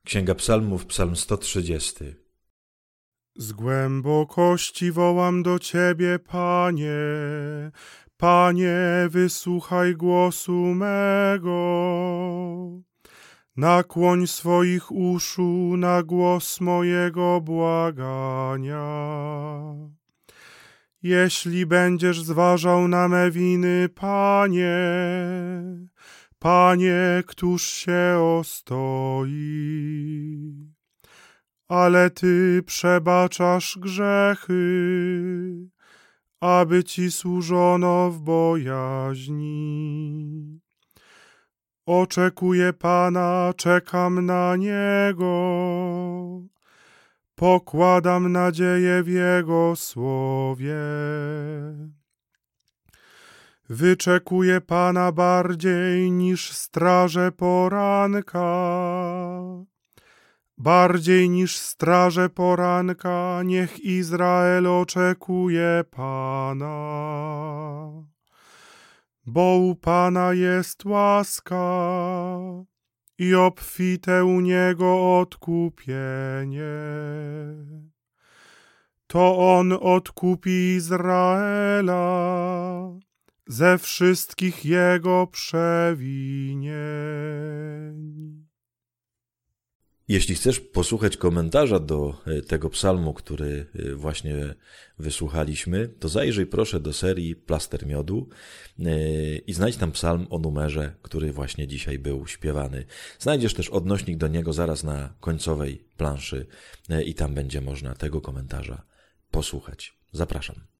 Księga Psalmów, Psalm 130. Z głębokości wołam do Ciebie, Panie. Panie, wysłuchaj głosu mego. Nakłoń swoich uszu na głos mojego błagania. Jeśli będziesz zważał na me winy, Panie, Panie, któż się ostoi? Ale Ty przebaczasz grzechy, aby Ci służono w bojaźni. Oczekuję Pana, czekam na Niego, pokładam nadzieję w Jego słowie. Wyczekuję Pana bardziej niż straże poranka. Bardziej niż straże poranka, niech Izrael oczekuje Pana. Bo u Pana jest łaska i obfite u Niego odkupienie. To On odkupi Izraela ze wszystkich jego przewinień. Jeśli chcesz posłuchać komentarza do tego psalmu, który właśnie wysłuchaliśmy, to zajrzyj proszę do serii Plaster Miodu i znajdź tam psalm o numerze, który właśnie dzisiaj był śpiewany. Znajdziesz też odnośnik do niego zaraz na końcowej planszy i tam będzie można tego komentarza posłuchać. Zapraszam.